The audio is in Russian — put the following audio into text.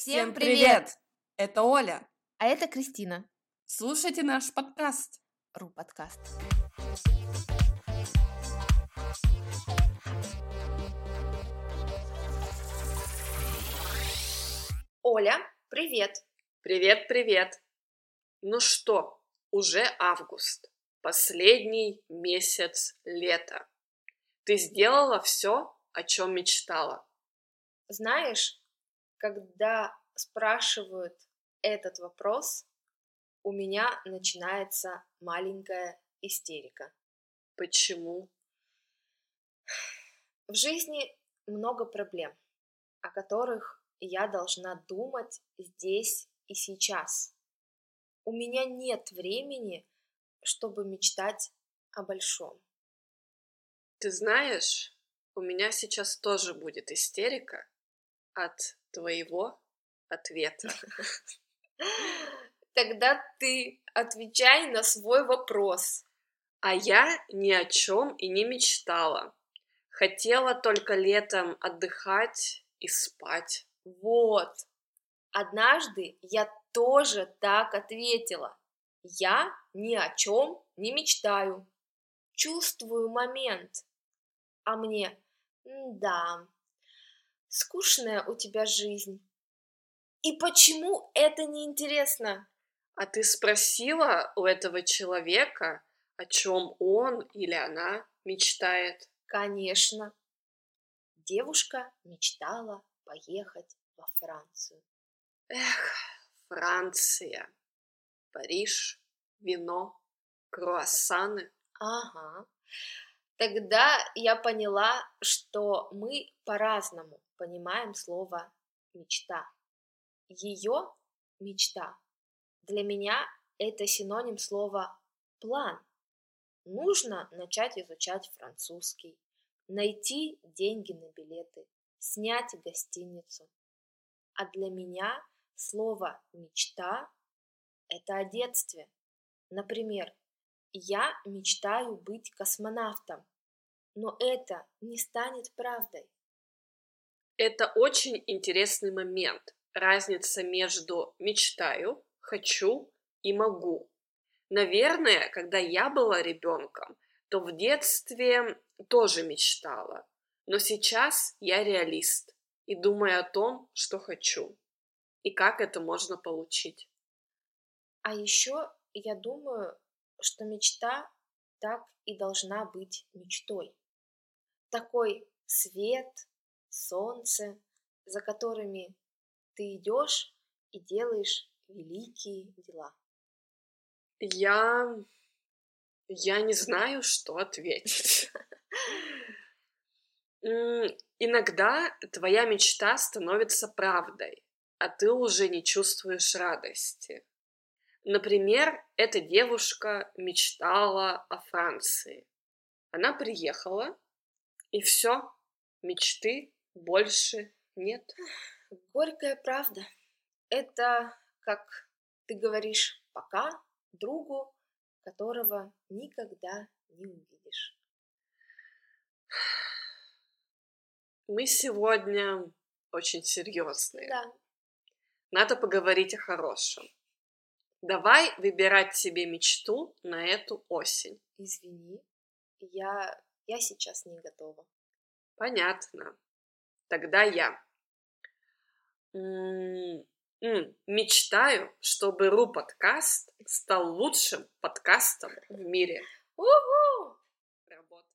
Всем привет! Это Оля. А это Кристина. Слушайте наш подкаст. Подкаст. Оля, привет! Привет! Ну что, уже август, последний месяц лета. Ты сделала все, о чем мечтала? Знаешь, когда спрашивают этот вопрос, у меня начинается маленькая истерика. Почему? В жизни много проблем, о которых я должна думать здесь и сейчас. У меня нет времени, чтобы мечтать о большом. Ты знаешь, у меня сейчас тоже будет истерика от твоего ответа. Тогда ты отвечай на свой вопрос. А я ни о чем и не мечтала. Хотела только летом отдыхать и спать. Вот. Однажды я тоже так ответила. Я ни о чем не мечтаю. Чувствую момент. А мне, да, скучная у тебя жизнь. И почему это не интересно? А ты спросила у этого человека, о чем он или она мечтает? Конечно. Девушка мечтала поехать во Францию. Эх, Франция, Париж, вино, круассаны. Ага. Тогда я поняла, что мы по-разному понимаем слово мечта. Ее мечта для меня это синоним слова план. Нужно начать изучать французский, найти деньги на билеты, снять гостиницу. А для меня слово мечта это о детстве. Например, я мечтаю быть космонавтом, но это не станет правдой. Это очень интересный момент. Разница между мечтаю, хочу и могу. Наверное, когда я была ребенком, то в детстве тоже мечтала. Но сейчас я реалист и думаю о том, что хочу и как это можно получить. А еще я думаю, что мечта так и должна быть мечтой. Такой свет, солнце, за которыми ты идешь и делаешь великие дела. Я не знаю, что ответить. Иногда твоя мечта становится правдой, а ты уже не чувствуешь радости. Например, эта девушка мечтала о Франции. Она приехала, и все, мечты больше нет. Горькая правда. Это, как ты говоришь, пока другу, которого никогда не увидишь. Мы сегодня очень серьезные. Да. Надо поговорить о хорошем. Давай выбирать себе мечту на эту осень. Извини, я сейчас не готова. Понятно. Тогда я. Мечтаю, чтобы Ру-подкаст стал лучшим подкастом в мире. Уху! Работа.